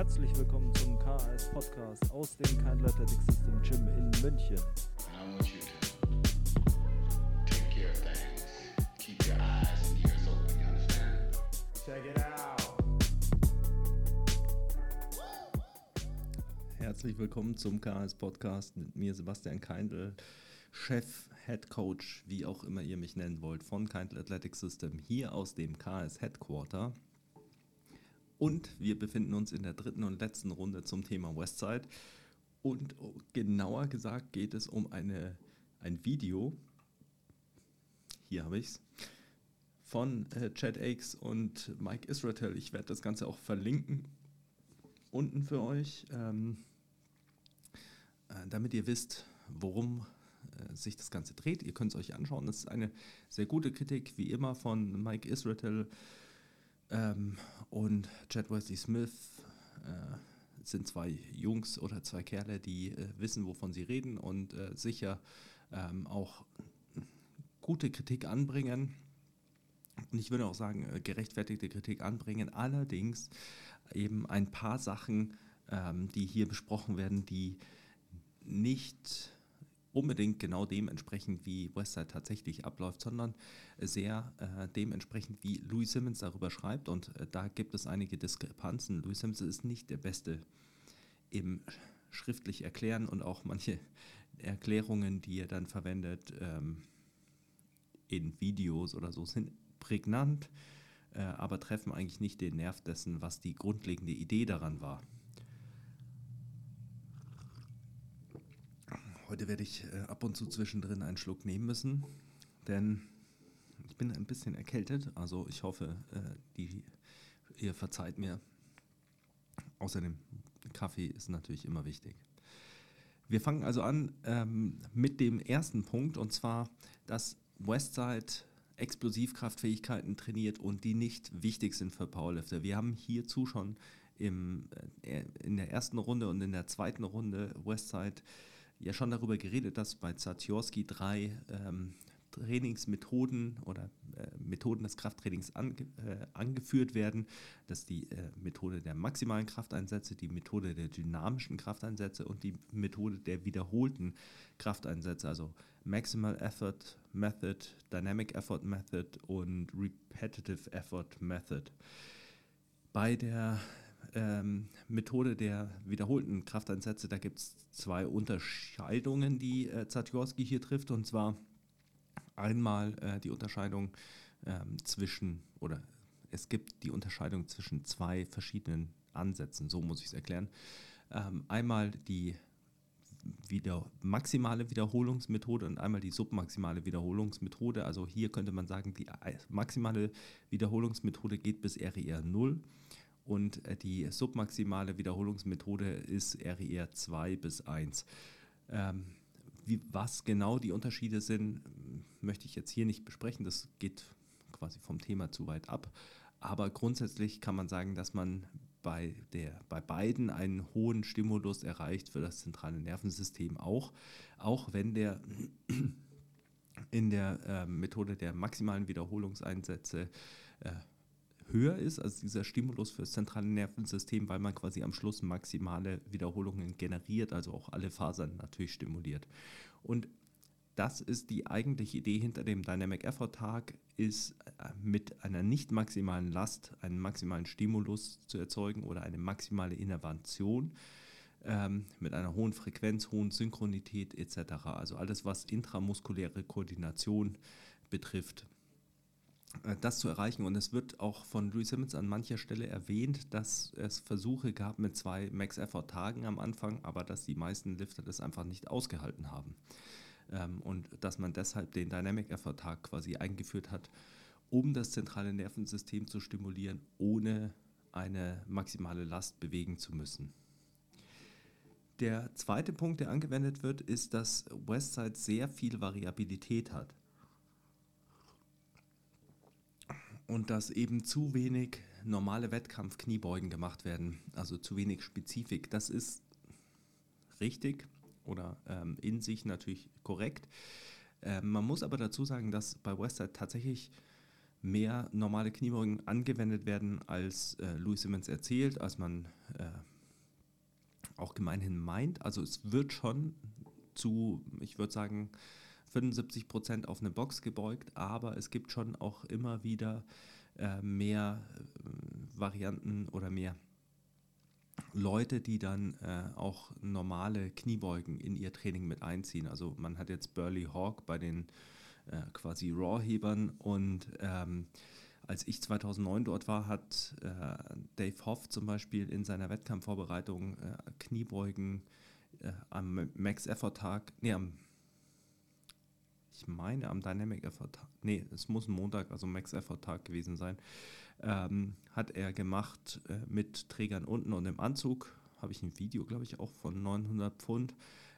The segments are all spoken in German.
Herzlich willkommen zum KAS Podcast aus dem Kindle Athletic System Gym in München. And I want you to take care of things. Keep your eyes and ears open, you understand? Check it out. Herzlich willkommen zum KAS Podcast mit mir Sebastian Kindle, Chef, Head Coach, wie auch immer ihr mich nennen wollt, von Kindle Athletic System hier aus dem KAS Headquarter. Und wir befinden uns in der dritten und letzten Runde zum Thema Westside. Und genauer gesagt geht es um ein Video, hier habe ich es, von Chad Aix und Mike Israetel. Ich werde das Ganze auch verlinken unten für euch, damit ihr wisst, worum sich das Ganze dreht. Ihr könnt es euch anschauen. Das ist eine sehr gute Kritik, wie immer, von Mike Israetel. Und Chad Wesley Smith sind zwei Jungs oder zwei Kerle, die wissen, wovon sie reden und sicher auch gute Kritik anbringen. Und ich würde auch sagen, gerechtfertigte Kritik anbringen. Allerdings eben ein paar Sachen, die hier besprochen werden, die nicht unbedingt genau dementsprechend, wie Westside tatsächlich abläuft, sondern sehr dementsprechend, wie Louis Simmons darüber schreibt. Und da gibt es einige Diskrepanzen. Louis Simmons ist nicht der Beste im schriftlich Erklären, und auch manche Erklärungen, die er dann verwendet in Videos oder so, sind prägnant, aber treffen eigentlich nicht den Nerv dessen, was die grundlegende Idee daran war. Heute werde ich ab und zu zwischendrin einen Schluck nehmen müssen, denn ich bin ein bisschen erkältet. Also ich hoffe, ihr verzeiht mir. Außerdem, Kaffee ist natürlich immer wichtig. Wir fangen also an mit dem ersten Punkt, und zwar, dass Westside Explosivkraftfähigkeiten trainiert und die nicht wichtig sind für Powerlifter. Wir haben hierzu schon in der ersten Runde und in der zweiten Runde Westside ja schon darüber geredet, dass bei Zatsiorsky 3 Trainingsmethoden oder Methoden des Krafttrainings angeführt werden. Das ist die Methode der maximalen Krafteinsätze, die Methode der dynamischen Krafteinsätze und die Methode der wiederholten Krafteinsätze, also Maximal Effort Method, Dynamic Effort Method und Repetitive Effort Method. Bei der Methode der wiederholten Krafteinsätze, da gibt es zwei Unterscheidungen, die Zatsiorsky hier trifft, und zwar einmal die Unterscheidung es gibt die Unterscheidung zwischen zwei verschiedenen Ansätzen, so muss ich es erklären. Einmal die maximale Wiederholungsmethode und einmal die submaximale Wiederholungsmethode. Also hier könnte man sagen, die maximale Wiederholungsmethode geht bis RER 0 und die submaximale Wiederholungsmethode ist RER 2 bis 1. Was genau die Unterschiede sind, möchte ich jetzt hier nicht besprechen. Das geht quasi vom Thema zu weit ab. Aber grundsätzlich kann man sagen, dass man bei beiden einen hohen Stimulus erreicht für das zentrale Nervensystem, auch wenn der in der Methode der maximalen Wiederholungseinsätze höher ist als dieser Stimulus für das zentrale Nervensystem, weil man quasi am Schluss maximale Wiederholungen generiert, also auch alle Fasern natürlich stimuliert. Und das ist die eigentliche Idee hinter dem Dynamic Effort Tag, ist mit einer nicht maximalen Last einen maximalen Stimulus zu erzeugen oder eine maximale Innervation mit einer hohen Frequenz, hohen Synchronität etc. Also alles, was intramuskuläre Koordination betrifft, das zu erreichen. Und es wird auch von Louis Simmons an mancher Stelle erwähnt, dass es Versuche gab mit 2 Max-Effort-Tagen am Anfang, aber dass die meisten Lifter das einfach nicht ausgehalten haben. Und dass man deshalb den Dynamic-Effort-Tag quasi eingeführt hat, um das zentrale Nervensystem zu stimulieren, ohne eine maximale Last bewegen zu müssen. Der zweite Punkt, der angewendet wird, ist, dass Westside sehr viel Variabilität hat. Und dass eben zu wenig normale Wettkampf-Kniebeugen gemacht werden, also zu wenig Spezifik. Das ist richtig oder in sich natürlich korrekt. Man muss aber dazu sagen, dass bei Westside tatsächlich mehr normale Kniebeugen angewendet werden, als Louis Simmons erzählt, als man auch gemeinhin meint. Also es wird schon zu, ich würde sagen, 75% auf eine Box gebeugt, aber es gibt schon auch immer wieder mehr Varianten oder mehr Leute, die dann auch normale Kniebeugen in ihr Training mit einziehen. Also man hat jetzt Burley Hawk bei den quasi Raw-Hebern und als ich 2009 dort war, hat Dave Hoff zum Beispiel in seiner Wettkampfvorbereitung Kniebeugen am Max Effort Tag, ich meine am Dynamic Effort Tag, es muss ein Montag, also Max Effort Tag gewesen sein, hat er gemacht mit Trägern unten und im Anzug. Habe ich ein Video, glaube ich, auch von 900 Pfund.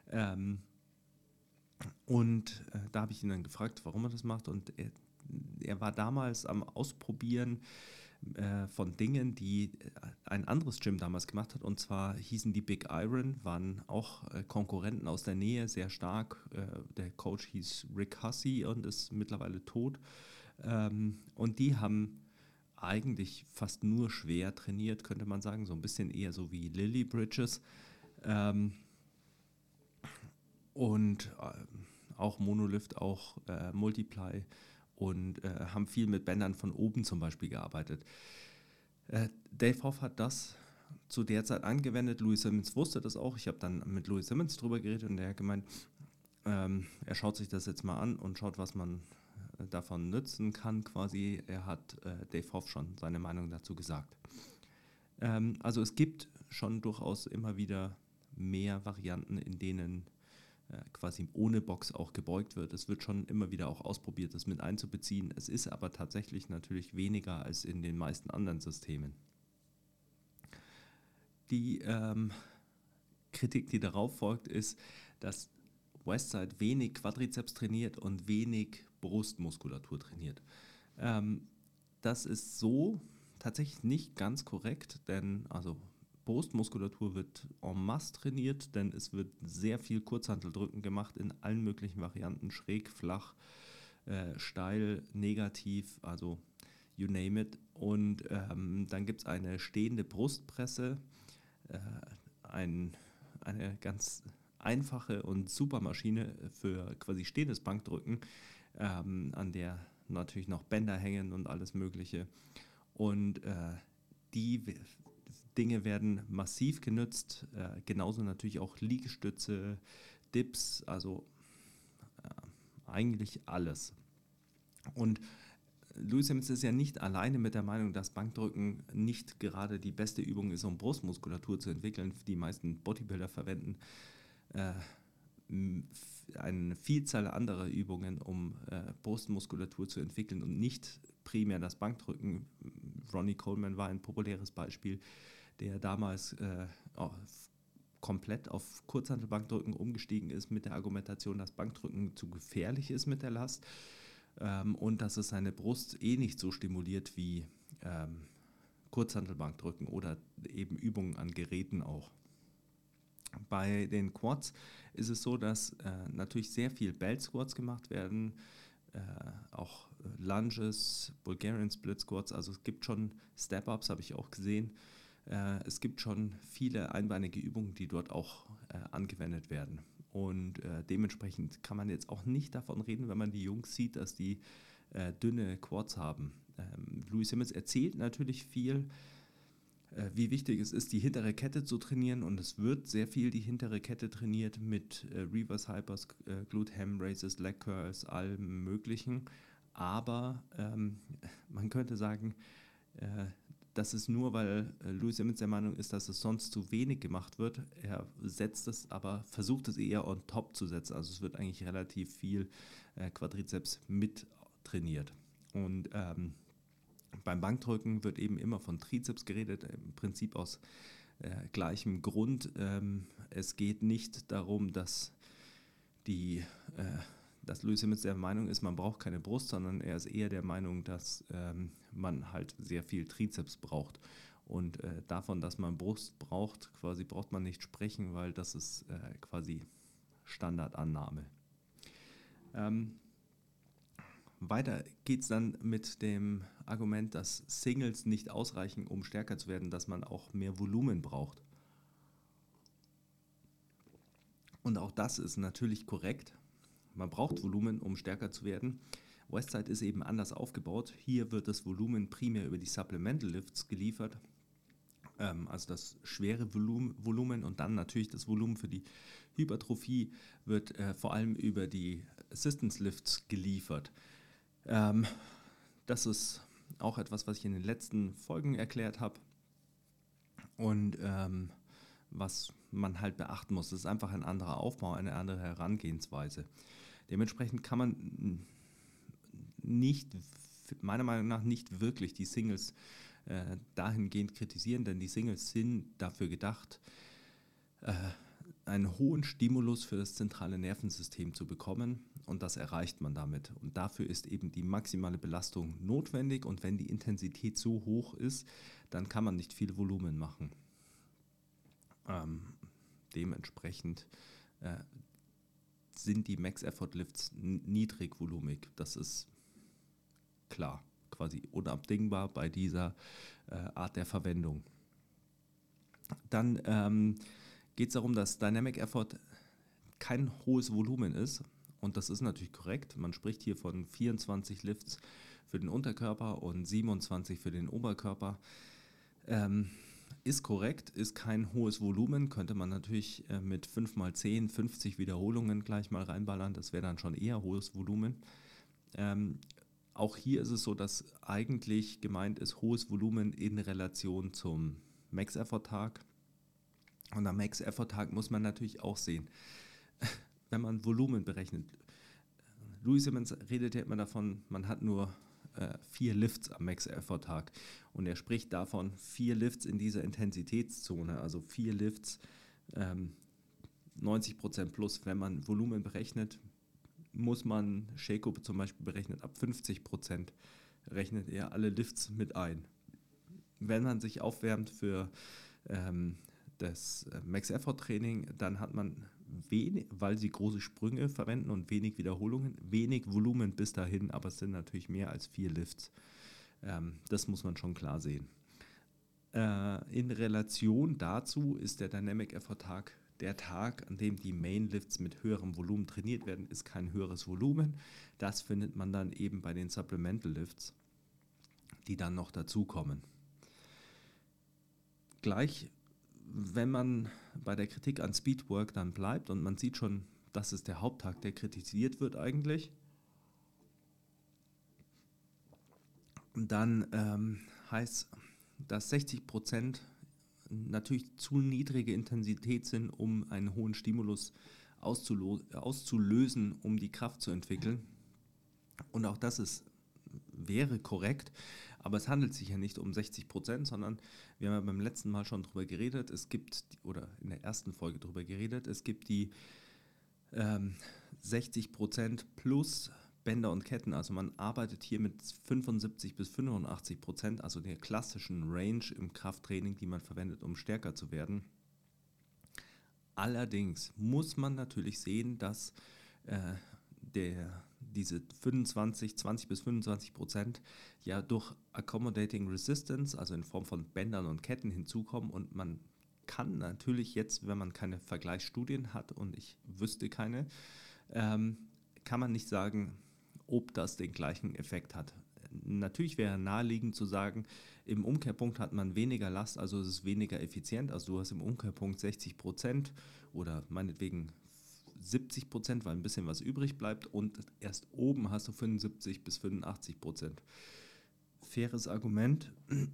Da habe ich ihn dann gefragt, warum er das macht. Und er war damals am Ausprobieren von Dingen, die ein anderes Gym damals gemacht hat. Und zwar hießen die Big Iron, waren auch Konkurrenten aus der Nähe, sehr stark. Der Coach hieß Rick Hussey und ist mittlerweile tot. Und die haben eigentlich fast nur schwer trainiert, könnte man sagen. So ein bisschen eher so wie Lily Bridges. Auch Monolift, auch Multiply und haben viel mit Bändern von oben zum Beispiel gearbeitet. Dave Hoff hat das zu der Zeit angewendet. Louis Simmons wusste das auch. Ich habe dann mit Louis Simmons drüber geredet und er hat gemeint, er schaut sich das jetzt mal an und schaut, was man davon nützen kann quasi. Er hat Dave Hoff schon seine Meinung dazu gesagt. Also es gibt schon durchaus immer wieder mehr Varianten, in denen quasi ohne Box auch gebeugt wird. Es wird schon immer wieder auch ausprobiert, das mit einzubeziehen. Es ist aber tatsächlich natürlich weniger als in den meisten anderen Systemen. Die Kritik, die darauf folgt, ist, dass Westside wenig Quadrizeps trainiert und wenig Brustmuskulatur trainiert. Das ist so tatsächlich nicht ganz korrekt, denn also Brustmuskulatur wird en masse trainiert, denn es wird sehr viel Kurzhanteldrücken gemacht in allen möglichen Varianten, schräg, flach, steil, negativ, also you name it. Und dann gibt es eine stehende Brustpresse, eine ganz einfache und super Maschine für quasi stehendes Bankdrücken, an der natürlich noch Bänder hängen und alles Mögliche. Und die Dinge werden massiv genutzt, genauso natürlich auch Liegestütze, Dips, also eigentlich alles. Und Louis Simmons ist ja nicht alleine mit der Meinung, dass Bankdrücken nicht gerade die beste Übung ist, um Brustmuskulatur zu entwickeln. Die meisten Bodybuilder verwenden eine Vielzahl anderer Übungen, um Brustmuskulatur zu entwickeln und nicht primär das Bankdrücken. Ronnie Coleman war ein populäres Beispiel, der damals komplett auf Kurzhantelbankdrücken umgestiegen ist mit der Argumentation, dass Bankdrücken zu gefährlich ist mit der Last und dass es seine Brust nicht so stimuliert wie Kurzhantelbankdrücken oder eben Übungen an Geräten auch. Bei den Quads ist es so, dass natürlich sehr viel Belt Squats gemacht werden, auch Lunges, Bulgarian Split Squats, also es gibt schon Step-Ups, habe ich auch gesehen. Es gibt schon viele einbeinige Übungen, die dort auch angewendet werden. Und dementsprechend kann man jetzt auch nicht davon reden, wenn man die Jungs sieht, dass die dünne Quads haben. Louis Simmons erzählt natürlich viel, wie wichtig es ist, die hintere Kette zu trainieren. Und es wird sehr viel die hintere Kette trainiert mit Reverse Hypers, Glute Ham Raises, Leg Curls, allem Möglichen. Aber man könnte sagen, das ist nur, weil Louis Simmons der Meinung ist, dass es sonst zu wenig gemacht wird. Er setzt es, aber versucht es eher on top zu setzen. Also es wird eigentlich relativ viel Quadrizeps mit trainiert. Und beim Bankdrücken wird eben immer von Trizeps geredet, im Prinzip aus gleichem Grund. Es geht nicht darum, dass Louis Simmons der Meinung ist, man braucht keine Brust, sondern er ist eher der Meinung, dass man halt sehr viel Trizeps braucht. Und davon, dass man Brust braucht, quasi braucht man nicht sprechen, weil das ist quasi Standardannahme. Weiter geht es dann mit dem Argument, dass Singles nicht ausreichen, um stärker zu werden, dass man auch mehr Volumen braucht. Und auch das ist natürlich korrekt. Man braucht Volumen, um stärker zu werden. Westside ist eben anders aufgebaut. Hier wird das Volumen primär über die Supplemental Lifts geliefert, also das schwere Volumen, und dann natürlich das Volumen für die Hypertrophie wird vor allem über die Assistance Lifts geliefert. Das ist auch etwas, was ich in den letzten Folgen erklärt habe und was man halt beachten muss. Das ist einfach ein anderer Aufbau, eine andere Herangehensweise. Dementsprechend kann man meiner Meinung nach nicht wirklich die Singles dahingehend kritisieren, denn die Singles sind dafür gedacht, einen hohen Stimulus für das zentrale Nervensystem zu bekommen, und das erreicht man damit. Und dafür ist eben die maximale Belastung notwendig, und wenn die Intensität so hoch ist, dann kann man nicht viel Volumen machen. Dementsprechend sind die Max-Effort-Lifts niedrigvolumig. Das ist klar, quasi unabdingbar bei dieser Art der Verwendung. Dann geht es darum, dass Dynamic Effort kein hohes Volumen ist, und das ist natürlich korrekt. Man spricht hier von 24 Lifts für den Unterkörper und 27 für den Oberkörper. Ist korrekt, ist kein hohes Volumen, könnte man natürlich mit 5x10, 50 Wiederholungen gleich mal reinballern, das wäre dann schon eher hohes Volumen. Auch hier ist es so, dass eigentlich gemeint ist hohes Volumen in Relation zum Max-Effort-Tag. Und am Max-Effort-Tag muss man natürlich auch sehen, wenn man Volumen berechnet. Louis Simmons redet ja immer davon, man hat nur 4 Lifts am Max-Effort-Tag. Und er spricht davon 4 Lifts in dieser Intensitätszone, also 4 Lifts, 90% plus. Wenn man Volumen berechnet, muss man, Shaco zum Beispiel berechnet, ab 50% rechnet er alle Lifts mit ein. Wenn man sich aufwärmt für das Max-Effort-Training, dann hat man wenig, weil sie große Sprünge verwenden und wenig Wiederholungen, wenig Volumen bis dahin, aber es sind natürlich mehr als 4 Lifts. Das muss man schon klar sehen. In Relation dazu ist der Dynamic Effort Tag der Tag, an dem die Main Lifts mit höherem Volumen trainiert werden, ist kein höheres Volumen. Das findet man dann eben bei den Supplemental Lifts, die dann noch dazukommen. Gleich, wenn man bei der Kritik an Speedwork dann bleibt und man sieht schon, das ist der Haupttag, der kritisiert wird eigentlich, dann heißt, dass 60% natürlich zu niedrige Intensität sind, um einen hohen Stimulus auszulösen, um die Kraft zu entwickeln. Und auch das wäre korrekt, aber es handelt sich ja nicht um 60%, sondern wir haben ja beim letzten Mal schon drüber geredet, oder in der ersten Folge drüber geredet, es gibt die 60% plus Bänder und Ketten, also man arbeitet hier mit 75 bis 85%, also der klassischen Range im Krafttraining, die man verwendet, um stärker zu werden. Allerdings muss man natürlich sehen, dass diese 20 bis 25% ja durch Accommodating Resistance, also in Form von Bändern und Ketten hinzukommen, und man kann natürlich jetzt, wenn man keine Vergleichsstudien hat, und ich wüsste keine, kann man nicht sagen, ob das den gleichen Effekt hat. Natürlich wäre naheliegend zu sagen, im Umkehrpunkt hat man weniger Last, also es ist weniger effizient, also du hast im Umkehrpunkt 60% oder meinetwegen 70%, weil ein bisschen was übrig bleibt, und erst oben hast du 75 bis 85%. Faires Argument,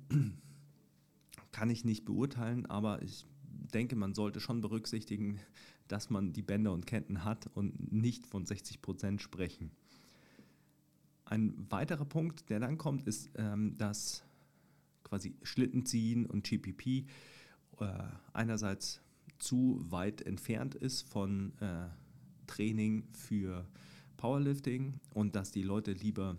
kann ich nicht beurteilen, aber ich denke, man sollte schon berücksichtigen, dass man die Bänder und Ketten hat und nicht von 60% sprechen. Ein weiterer Punkt, der dann kommt, ist, dass quasi Schlittenziehen und GPP einerseits zu weit entfernt ist von Training für Powerlifting und dass die Leute lieber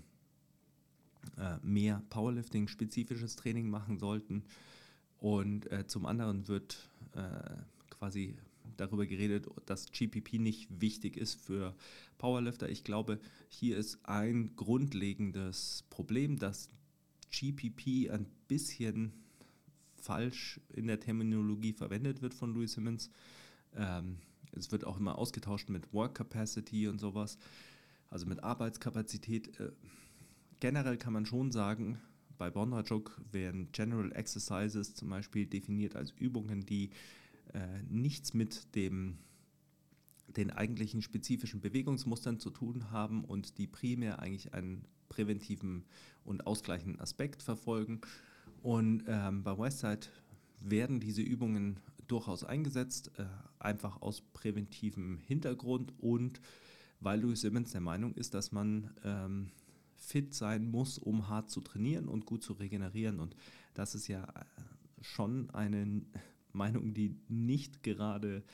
mehr Powerlifting-spezifisches Training machen sollten. Und zum anderen wird quasi darüber geredet, dass GPP nicht wichtig ist für Powerlifter. Ich glaube, hier ist ein grundlegendes Problem, dass GPP ein bisschen falsch in der Terminologie verwendet wird von Louis Simmons. Es wird auch immer ausgetauscht mit Work Capacity und sowas, also mit Arbeitskapazität. Generell kann man schon sagen, bei Bondarchuk werden General Exercises zum Beispiel definiert als Übungen, die nichts mit den eigentlichen spezifischen Bewegungsmustern zu tun haben und die primär eigentlich einen präventiven und ausgleichenden Aspekt verfolgen. Und bei Westside werden diese Übungen durchaus eingesetzt, einfach aus präventivem Hintergrund und weil Louis Simmons der Meinung ist, dass man fit sein muss, um hart zu trainieren und gut zu regenerieren. Und das ist ja schon eine Meinung, die nicht gerade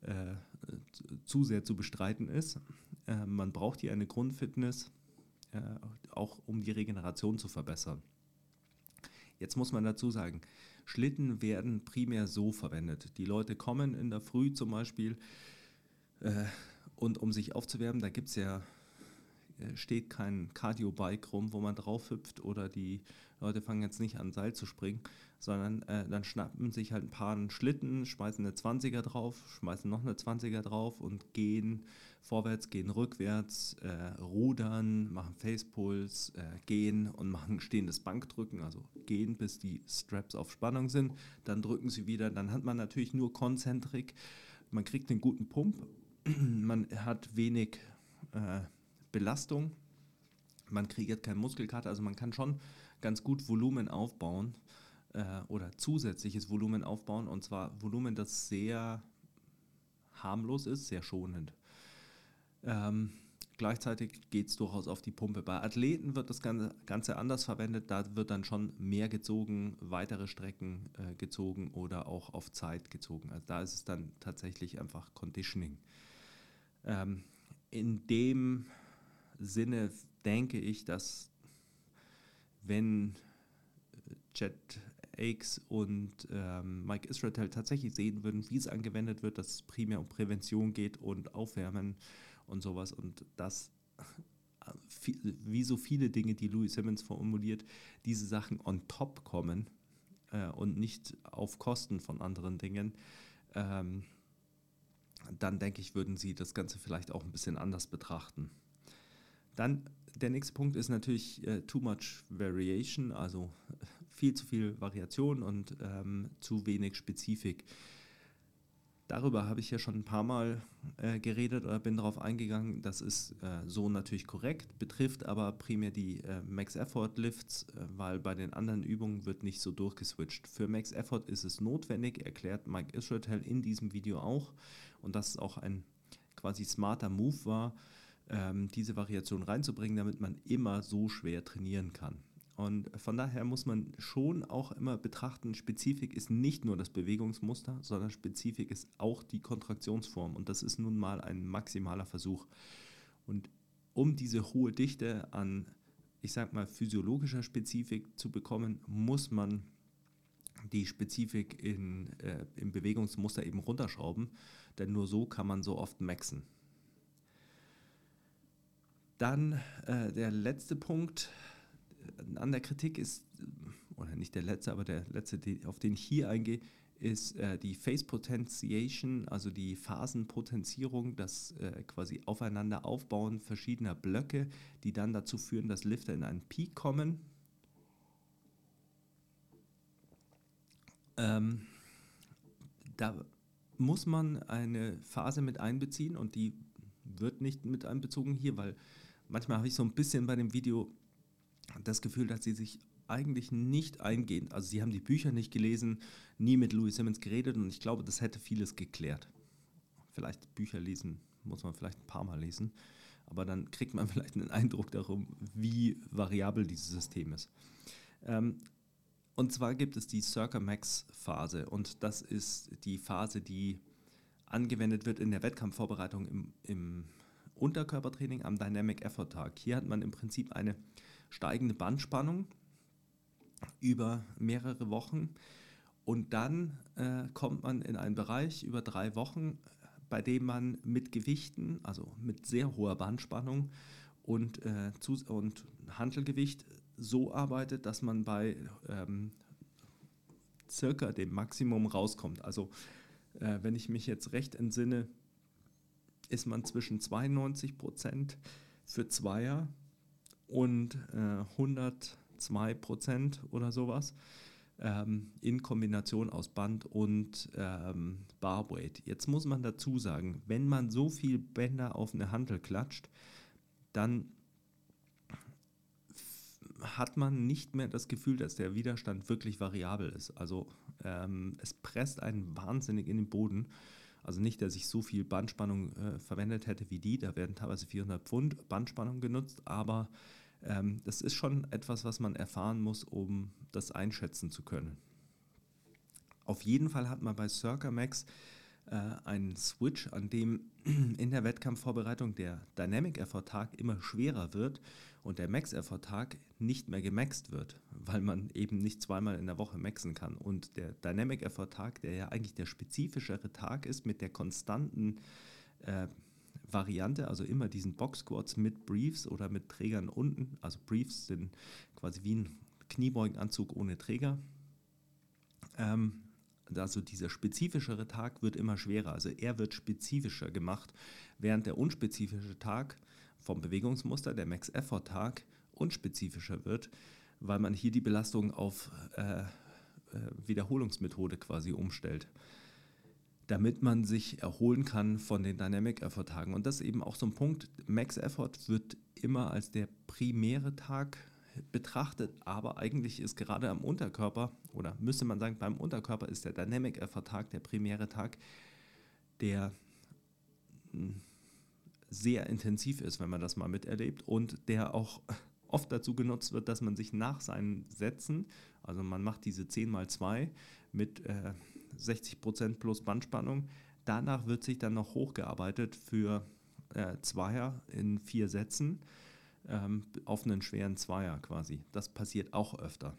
zu sehr zu bestreiten ist. Man braucht hier eine Grundfitness, auch um die Regeneration zu verbessern. Jetzt muss man dazu sagen, Schlitten werden primär so verwendet. Die Leute kommen in der Früh zum Beispiel und um sich aufzuwärmen, da steht kein Cardio-Bike rum, wo man drauf hüpft oder die Leute fangen jetzt nicht an, Seil zu springen, sondern dann schnappen sich halt ein paar einen Schlitten, schmeißen eine 20er drauf, schmeißen noch eine 20er drauf und gehen vorwärts, gehen rückwärts, rudern, machen Facepulls, gehen und machen stehendes Bankdrücken, also gehen, bis die Straps auf Spannung sind, dann drücken sie wieder, dann hat man natürlich nur Konzentrik, man kriegt einen guten Pump, man hat wenig Belastung, man kreiert keinen Muskelkater, also man kann schon ganz gut Volumen aufbauen oder zusätzliches Volumen aufbauen und zwar Volumen, das sehr harmlos ist, sehr schonend. Gleichzeitig geht es durchaus auf die Pumpe. Bei Athleten wird das Ganze anders verwendet, da wird dann schon mehr gezogen, weitere Strecken gezogen oder auch auf Zeit gezogen. Also da ist es dann tatsächlich einfach Conditioning. In dem Sinne denke ich, dass wenn Chet Aikes und Mike Israetel tatsächlich sehen würden, wie es angewendet wird, dass es primär um Prävention geht und Aufwärmen und sowas und das, wie so viele Dinge, die Louis Simmons formuliert, diese Sachen on top kommen und nicht auf Kosten von anderen Dingen, dann denke ich, würden sie das Ganze vielleicht auch ein bisschen anders betrachten. Dann der nächste Punkt ist natürlich too much variation, also viel zu viel Variation und zu wenig Spezifik. Darüber habe ich ja schon ein paar Mal geredet oder bin darauf eingegangen. Das ist so natürlich korrekt, betrifft aber primär die Max-Effort-Lifts, weil bei den anderen Übungen wird nicht so durchgeswitcht. Für Max-Effort ist es notwendig, erklärt Mike Israetel in diesem Video auch. Und dass es auch ein quasi smarter Move war, diese Variation reinzubringen, damit man immer so schwer trainieren kann. Und von daher muss man schon auch immer betrachten, Spezifik ist nicht nur das Bewegungsmuster, sondern Spezifik ist auch die Kontraktionsform. Und das ist nun mal ein maximaler Versuch. Und um diese hohe Dichte an, ich sag mal, physiologischer Spezifik zu bekommen, muss man die Spezifik im Bewegungsmuster eben runterschrauben, denn nur so kann man so oft maxen. Dann der letzte Punkt an der Kritik ist, oder nicht der letzte, aber der letzte, auf den ich hier eingehe, ist die Phase Potentiation, also die Phasenpotenzierung, das quasi aufeinander aufbauen verschiedener Blöcke, die dann dazu führen, dass Lifter in einen Peak kommen. Da muss man eine Phase mit einbeziehen und die wird nicht mit einbezogen hier, weil manchmal habe ich so ein bisschen bei dem Video das Gefühl, dass sie sich eigentlich nicht eingehen. Also sie haben die Bücher nicht gelesen, nie mit Louis Simmons geredet und ich glaube, das hätte vieles geklärt. Vielleicht Bücher lesen, muss man vielleicht ein paar Mal lesen, aber dann kriegt man vielleicht einen Eindruck darum, wie variabel dieses System ist. Und zwar gibt es die Circa Max Phase und das ist die Phase, die angewendet wird in der Wettkampfvorbereitung im Unterkörpertraining am Dynamic Effort Tag. Hier hat man im Prinzip eine steigende Bandspannung über mehrere Wochen und dann kommt man in einen Bereich über 3 Wochen, bei dem man mit Gewichten, also mit sehr hoher Bandspannung und Hantelgewicht so arbeitet, dass man bei circa dem Maximum rauskommt. Also wenn ich mich jetzt recht entsinne, ist man zwischen 92% für Zweier und 102% oder sowas in Kombination aus Band und Barweight. Jetzt muss man dazu sagen, wenn man so viel Bänder auf eine Hantel klatscht, dann hat man nicht mehr das Gefühl, dass der Widerstand wirklich variabel ist. Also es presst einen wahnsinnig in den Boden. Also nicht, dass ich so viel Bandspannung verwendet hätte wie die, da werden teilweise 400 Pfund Bandspannung genutzt, aber das ist schon etwas, was man erfahren muss, um das einschätzen zu können. Auf jeden Fall hat man bei Circa Max einen Switch, an dem in der Wettkampfvorbereitung der Dynamic Effort Tag immer schwerer wird und der Max Effort Tag nicht mehr gemaxt wird, weil man eben nicht zweimal in der Woche maxen kann. Und der Dynamic Effort Tag, der ja eigentlich der spezifischere Tag ist mit der konstanten Variante, also immer diesen Box Squats mit Briefs oder mit Trägern unten. Also Briefs sind quasi wie ein Kniebeugenanzug ohne Träger. Also dieser spezifischere Tag wird immer schwerer. Also er wird spezifischer gemacht, während der unspezifische Tag vom Bewegungsmuster, der Max Effort Tag, unspezifischer wird, weil man hier die Belastung auf Wiederholungsmethode quasi umstellt, damit man sich erholen kann von den Dynamic Effort Tagen. Und das ist eben auch so ein Punkt. Max Effort wird immer als der primäre Tag betrachtet, aber eigentlich ist gerade am Unterkörper, oder müsste man sagen, beim Unterkörper ist der Dynamic Effort Tag der primäre Tag, der sehr intensiv ist, wenn man das mal miterlebt und der auch oft dazu genutzt wird, dass man sich nach seinen Sätzen, also man macht diese 10x2 mit 60% plus Bandspannung, danach wird sich dann noch hochgearbeitet für Zweier in 4 Sätzen auf einen schweren Zweier quasi. Das passiert auch öfter.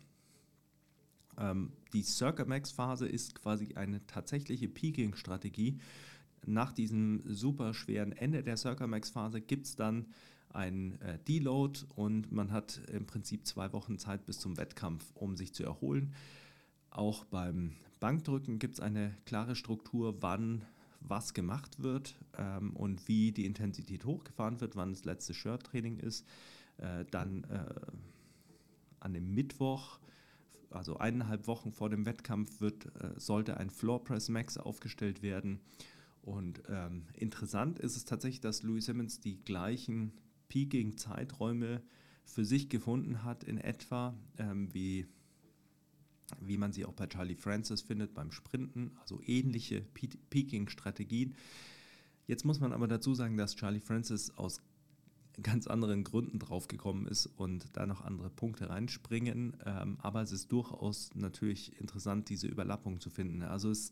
Die Circa Max Phase ist quasi eine tatsächliche Peaking-Strategie. Nach diesem super schweren Ende der Circa Max Phase gibt es dann ein Deload und man hat im Prinzip 2 Wochen Zeit bis zum Wettkampf, um sich zu erholen. Auch beim Bankdrücken gibt es eine klare Struktur, wann was gemacht wird und wie die Intensität hochgefahren wird, wann das letzte Shirt-Training ist. Dann an dem Mittwoch, also 1,5 Wochen vor dem Wettkampf, sollte ein Floor Press Max aufgestellt werden. Und interessant ist es tatsächlich, dass Louie Simmons die gleichen Peaking-Zeiträume für sich gefunden hat, in etwa wie man sie auch bei Charlie Francis findet beim Sprinten, also ähnliche Peaking-Strategien. Jetzt muss man aber dazu sagen, dass Charlie Francis aus ganz anderen Gründen draufgekommen ist und da noch andere Punkte reinspringen, aber es ist durchaus natürlich interessant, diese Überlappung zu finden. Also es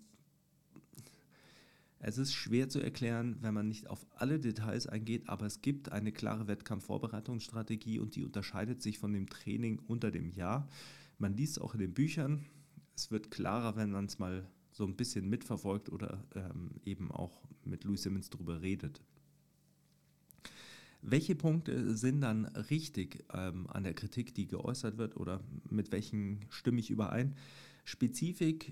ist schwer zu erklären, wenn man nicht auf alle Details eingeht, aber es gibt eine klare Wettkampfvorbereitungsstrategie und die unterscheidet sich von dem Training unter dem Jahr. Man liest auch in den Büchern, es wird klarer, wenn man es mal so ein bisschen mitverfolgt oder eben auch mit Louie Simmons drüber redet. Welche Punkte sind dann richtig an der Kritik, die geäußert wird, oder mit welchen stimme ich überein? Spezifisch,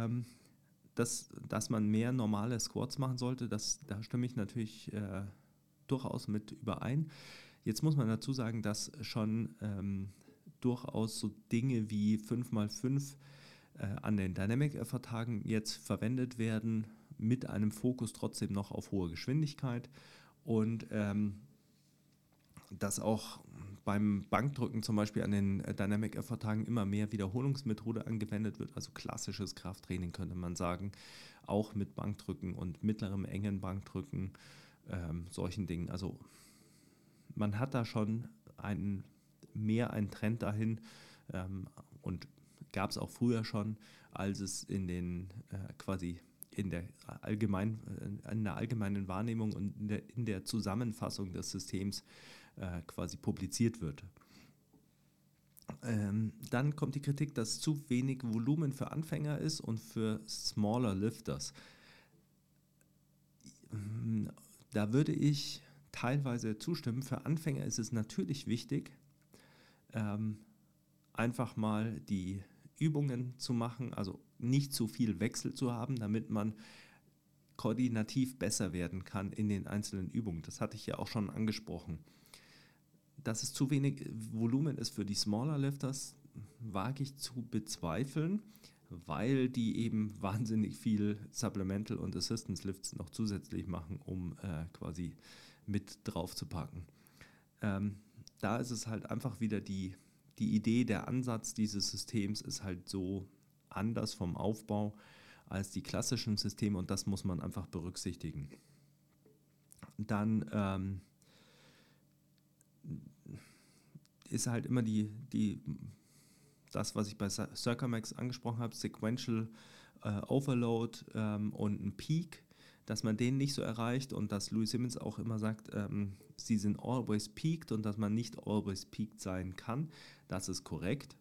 dass man mehr normale Squats machen sollte, da stimme ich natürlich durchaus mit überein. Jetzt muss man dazu sagen, dass schon durchaus so Dinge wie 5x5 an den Dynamic Effort Tagen jetzt verwendet werden, mit einem Fokus trotzdem noch auf hohe Geschwindigkeit und dass auch beim Bankdrücken zum Beispiel an den Dynamic Effort Tagen immer mehr Wiederholungsmethode angewendet wird, also klassisches Krafttraining könnte man sagen, auch mit Bankdrücken und mittlerem engen Bankdrücken, solchen Dingen. Also man hat da schon einen Trend dahin und gab es auch früher schon, als es in den quasi in der allgemeinen Wahrnehmung und in der Zusammenfassung des Systems quasi publiziert wird. Dann kommt die Kritik, dass zu wenig Volumen für Anfänger ist und für smaller Lifters. Da würde ich teilweise zustimmen. Für Anfänger ist es natürlich wichtig, einfach mal die Übungen zu machen, also nicht zu viel Wechsel zu haben, damit man koordinativ besser werden kann in den einzelnen Übungen. Das hatte ich ja auch schon angesprochen. Dass es zu wenig Volumen ist für die Smaller Lifters, wage ich zu bezweifeln, weil die eben wahnsinnig viel Supplemental und Assistance Lifts noch zusätzlich machen, um quasi mit drauf zu packen. Da ist es halt einfach wieder die Idee, der Ansatz dieses Systems ist halt so anders vom Aufbau als die klassischen Systeme und das muss man einfach berücksichtigen. Dann ist halt immer das, was ich bei Circamax angesprochen habe, Sequential Overload und ein Peak, dass man den nicht so erreicht und dass Louis Simmons auch immer sagt, sie sind always peaked und dass man nicht always peaked sein kann. Das ist korrekt.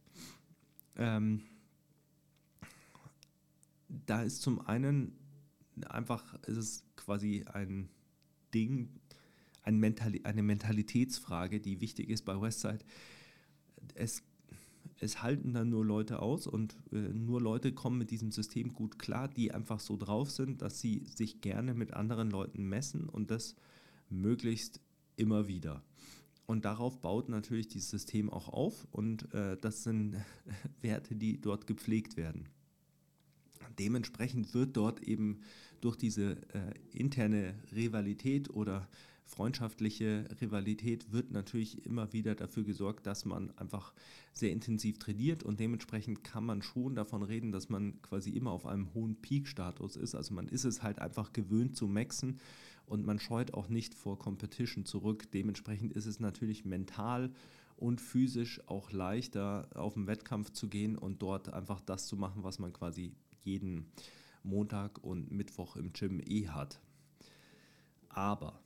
Da ist zum einen einfach, ist es quasi ein Ding, eine Mentalitätsfrage, die wichtig ist bei Westside. Es halten dann nur Leute aus und nur Leute kommen mit diesem System gut klar, die einfach so drauf sind, dass sie sich gerne mit anderen Leuten messen und das möglichst immer wieder. Und darauf baut natürlich dieses System auch auf und das sind Werte, die dort gepflegt werden. Dementsprechend wird dort eben durch diese interne Rivalität oder freundschaftliche Rivalität wird natürlich immer wieder dafür gesorgt, dass man einfach sehr intensiv trainiert und dementsprechend kann man schon davon reden, dass man quasi immer auf einem hohen Peak-Status ist. Also man ist es halt einfach gewöhnt zu maxen und man scheut auch nicht vor Competition zurück. Dementsprechend ist es natürlich mental und physisch auch leichter, auf den Wettkampf zu gehen und dort einfach das zu machen, was man quasi jeden Montag und Mittwoch im Gym hat. Aber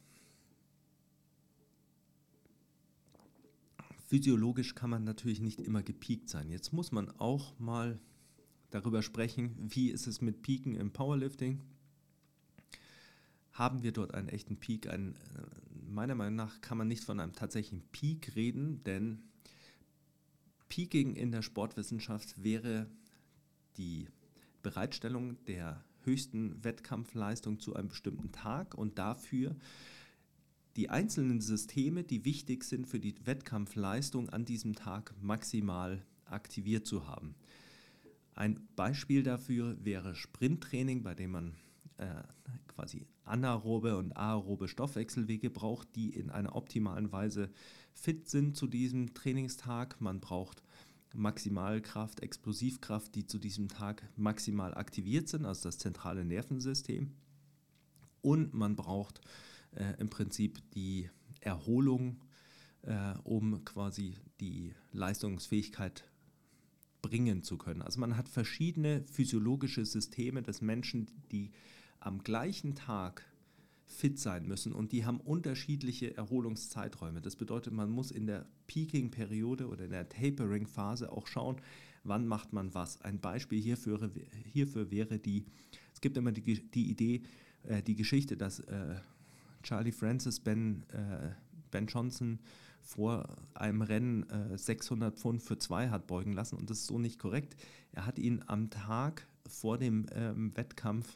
physiologisch kann man natürlich nicht immer gepiekt sein. Jetzt muss man auch mal darüber sprechen, wie ist es mit Pieken im Powerlifting? Haben wir dort einen echten Peak? Meiner Meinung nach kann man nicht von einem tatsächlichen Peak reden, denn Peaking in der Sportwissenschaft wäre die Bereitstellung der höchsten Wettkampfleistung zu einem bestimmten Tag und dafür die einzelnen Systeme, die wichtig sind für die Wettkampfleistung an diesem Tag maximal aktiviert zu haben. Ein Beispiel dafür wäre Sprinttraining, bei dem man quasi anaerobe und aerobe Stoffwechselwege braucht, die in einer optimalen Weise fit sind zu diesem Trainingstag. Man braucht Maximalkraft, Explosivkraft, die zu diesem Tag maximal aktiviert sind, also das zentrale Nervensystem. Und man braucht im Prinzip die Erholung, um quasi die Leistungsfähigkeit bringen zu können. Also man hat verschiedene physiologische Systeme des Menschen, die am gleichen Tag fit sein müssen und die haben unterschiedliche Erholungszeiträume. Das bedeutet, man muss in der Peaking-Periode oder in der Tapering-Phase auch schauen, wann macht man was. Ein Beispiel hierfür wäre es gibt immer die Idee, die Geschichte, dass Charlie Francis Ben Johnson vor einem Rennen 600 Pfund für 2 hat beugen lassen und das ist so nicht korrekt. Er hat ihn am Tag vor dem Wettkampf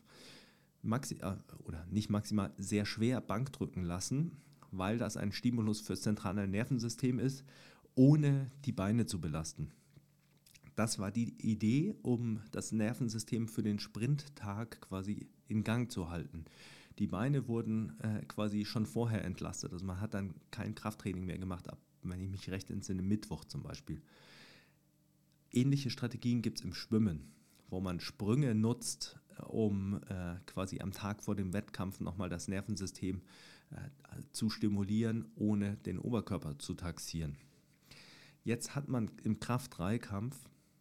sehr schwer Bankdrücken lassen, weil das ein Stimulus für das zentrale Nervensystem ist, ohne die Beine zu belasten. Das war die Idee, um das Nervensystem für den Sprinttag quasi in Gang zu halten. Die Beine wurden quasi schon vorher entlastet, also man hat dann kein Krafttraining mehr gemacht, wenn ich mich recht entsinne, Mittwoch zum Beispiel. Ähnliche Strategien gibt es im Schwimmen, wo man Sprünge nutzt, um quasi am Tag vor dem Wettkampf nochmal das Nervensystem zu stimulieren, ohne den Oberkörper zu taxieren. Jetzt hat man im Kraft-3-Kampf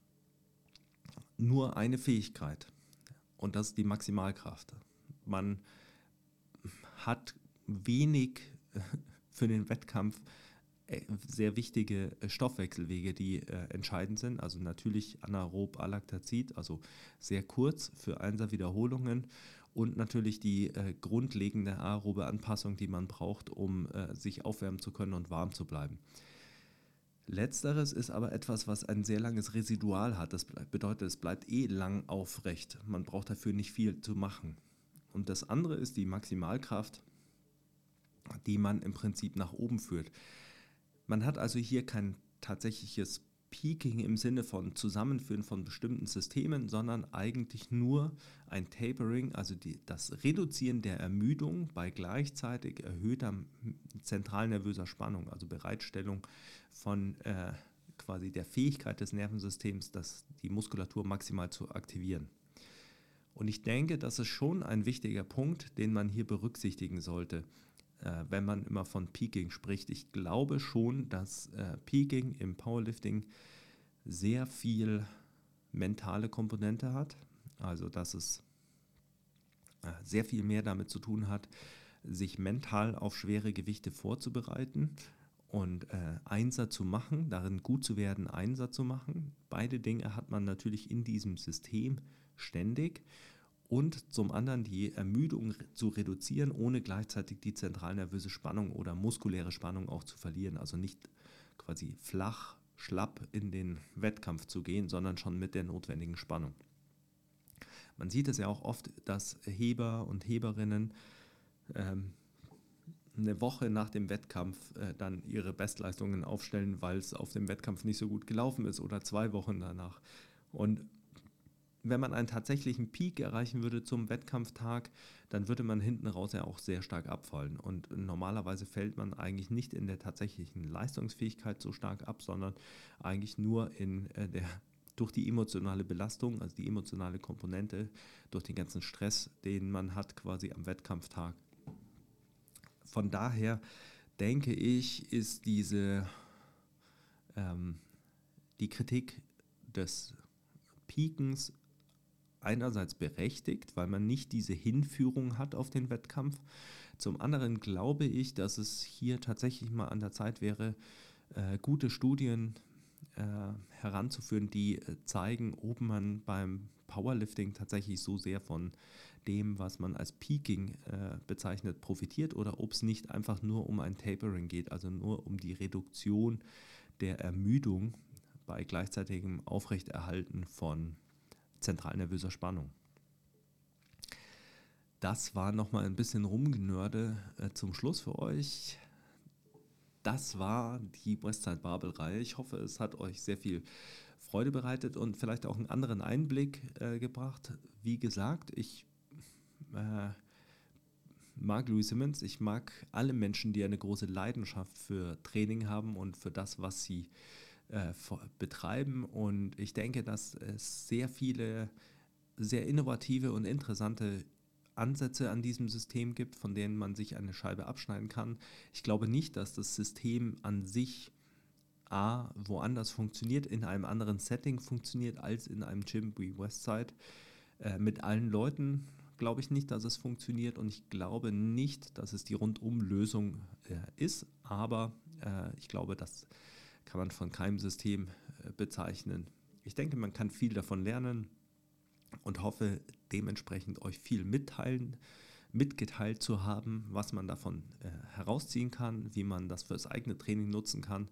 nur eine Fähigkeit und das ist die Maximalkraft. Man hat wenig für den Wettkampf sehr wichtige Stoffwechselwege, die entscheidend sind. Also natürlich anaerob Alaktazid, also sehr kurz für 1er Wiederholungen und natürlich die grundlegende aerobe Anpassung, die man braucht, um sich aufwärmen zu können und warm zu bleiben. Letzteres ist aber etwas, was ein sehr langes Residual hat. Das bedeutet, es bleibt lang aufrecht. Man braucht dafür nicht viel zu machen. Und das andere ist die Maximalkraft, die man im Prinzip nach oben führt. Man hat also hier kein tatsächliches Peaking im Sinne von Zusammenführen von bestimmten Systemen, sondern eigentlich nur ein Tapering, also das Reduzieren der Ermüdung bei gleichzeitig erhöhter zentralnervöser Spannung, also Bereitstellung von quasi der Fähigkeit des Nervensystems, die Muskulatur maximal zu aktivieren. Und ich denke, das ist schon ein wichtiger Punkt, den man hier berücksichtigen sollte, wenn man immer von Peaking spricht. Ich glaube schon, dass Peaking im Powerlifting sehr viel mentale Komponente hat, also dass es sehr viel mehr damit zu tun hat, sich mental auf schwere Gewichte vorzubereiten und Einser zu machen, darin gut zu werden, Einser zu machen. Beide Dinge hat man natürlich in diesem System ständig. Und zum anderen die Ermüdung zu reduzieren, ohne gleichzeitig die zentralnervöse Spannung oder muskuläre Spannung auch zu verlieren. Also nicht quasi flach, schlapp in den Wettkampf zu gehen, sondern schon mit der notwendigen Spannung. Man sieht es ja auch oft, dass Heber und Heberinnen eine Woche nach dem Wettkampf dann ihre Bestleistungen aufstellen, weil es auf dem Wettkampf nicht so gut gelaufen ist, oder 2 Wochen danach. Und wenn man einen tatsächlichen Peak erreichen würde zum Wettkampftag, dann würde man hinten raus ja auch sehr stark abfallen. Und normalerweise fällt man eigentlich nicht in der tatsächlichen Leistungsfähigkeit so stark ab, sondern eigentlich nur durch die emotionale Belastung, also die emotionale Komponente, durch den ganzen Stress, den man hat quasi am Wettkampftag. Von daher denke ich, ist die Kritik des Peakens einerseits berechtigt, weil man nicht diese Hinführung hat auf den Wettkampf. Zum anderen glaube ich, dass es hier tatsächlich mal an der Zeit wäre, gute Studien heranzuführen, die zeigen, ob man beim Powerlifting tatsächlich so sehr von dem, was man als Peaking bezeichnet, profitiert, oder ob es nicht einfach nur um ein Tapering geht, also nur um die Reduktion der Ermüdung bei gleichzeitigem Aufrechterhalten von zentralnervöser Spannung. Das war nochmal ein bisschen Rumgenörde zum Schluss für euch. Das war die Westside Barbell-Reihe. Ich hoffe, es hat euch sehr viel Freude bereitet und vielleicht auch einen anderen Einblick gebracht. Wie gesagt, ich mag Louie Simmons. Ich mag alle Menschen, die eine große Leidenschaft für Training haben und für das, was sie betreiben, und ich denke, dass es sehr viele sehr innovative und interessante Ansätze an diesem System gibt, von denen man sich eine Scheibe abschneiden kann. Ich glaube nicht, dass das System an sich woanders funktioniert, in einem anderen Setting funktioniert als in einem Gym wie Westside. Mit allen Leuten glaube ich nicht, dass es funktioniert, und ich glaube nicht, dass es die Rundum-Lösung ist, aber ich glaube, das kann man von keinem System bezeichnen. Ich denke, man kann viel davon lernen und hoffe dementsprechend euch viel mitgeteilt zu haben, was man davon herausziehen kann, wie man das fürs eigene Training nutzen kann.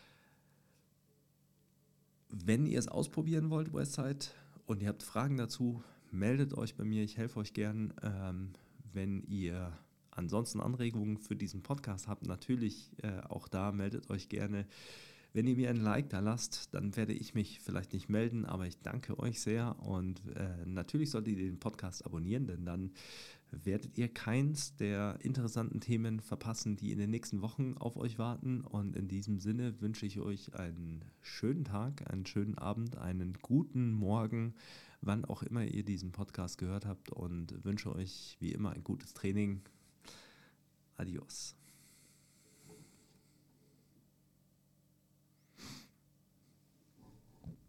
Wenn ihr es ausprobieren wollt, Westside, und ihr habt Fragen dazu, meldet euch bei mir, ich helfe euch gern. Wenn ihr ansonsten Anregungen für diesen Podcast habt, natürlich auch da, meldet euch gerne. Wenn ihr mir ein Like da lasst, dann werde ich mich vielleicht nicht melden, aber ich danke euch sehr, und natürlich solltet ihr den Podcast abonnieren, denn dann werdet ihr keins der interessanten Themen verpassen, die in den nächsten Wochen auf euch warten. Und in diesem Sinne wünsche ich euch einen schönen Tag, einen schönen Abend, einen guten Morgen, wann auch immer ihr diesen Podcast gehört habt, und wünsche euch wie immer ein gutes Training. Adios.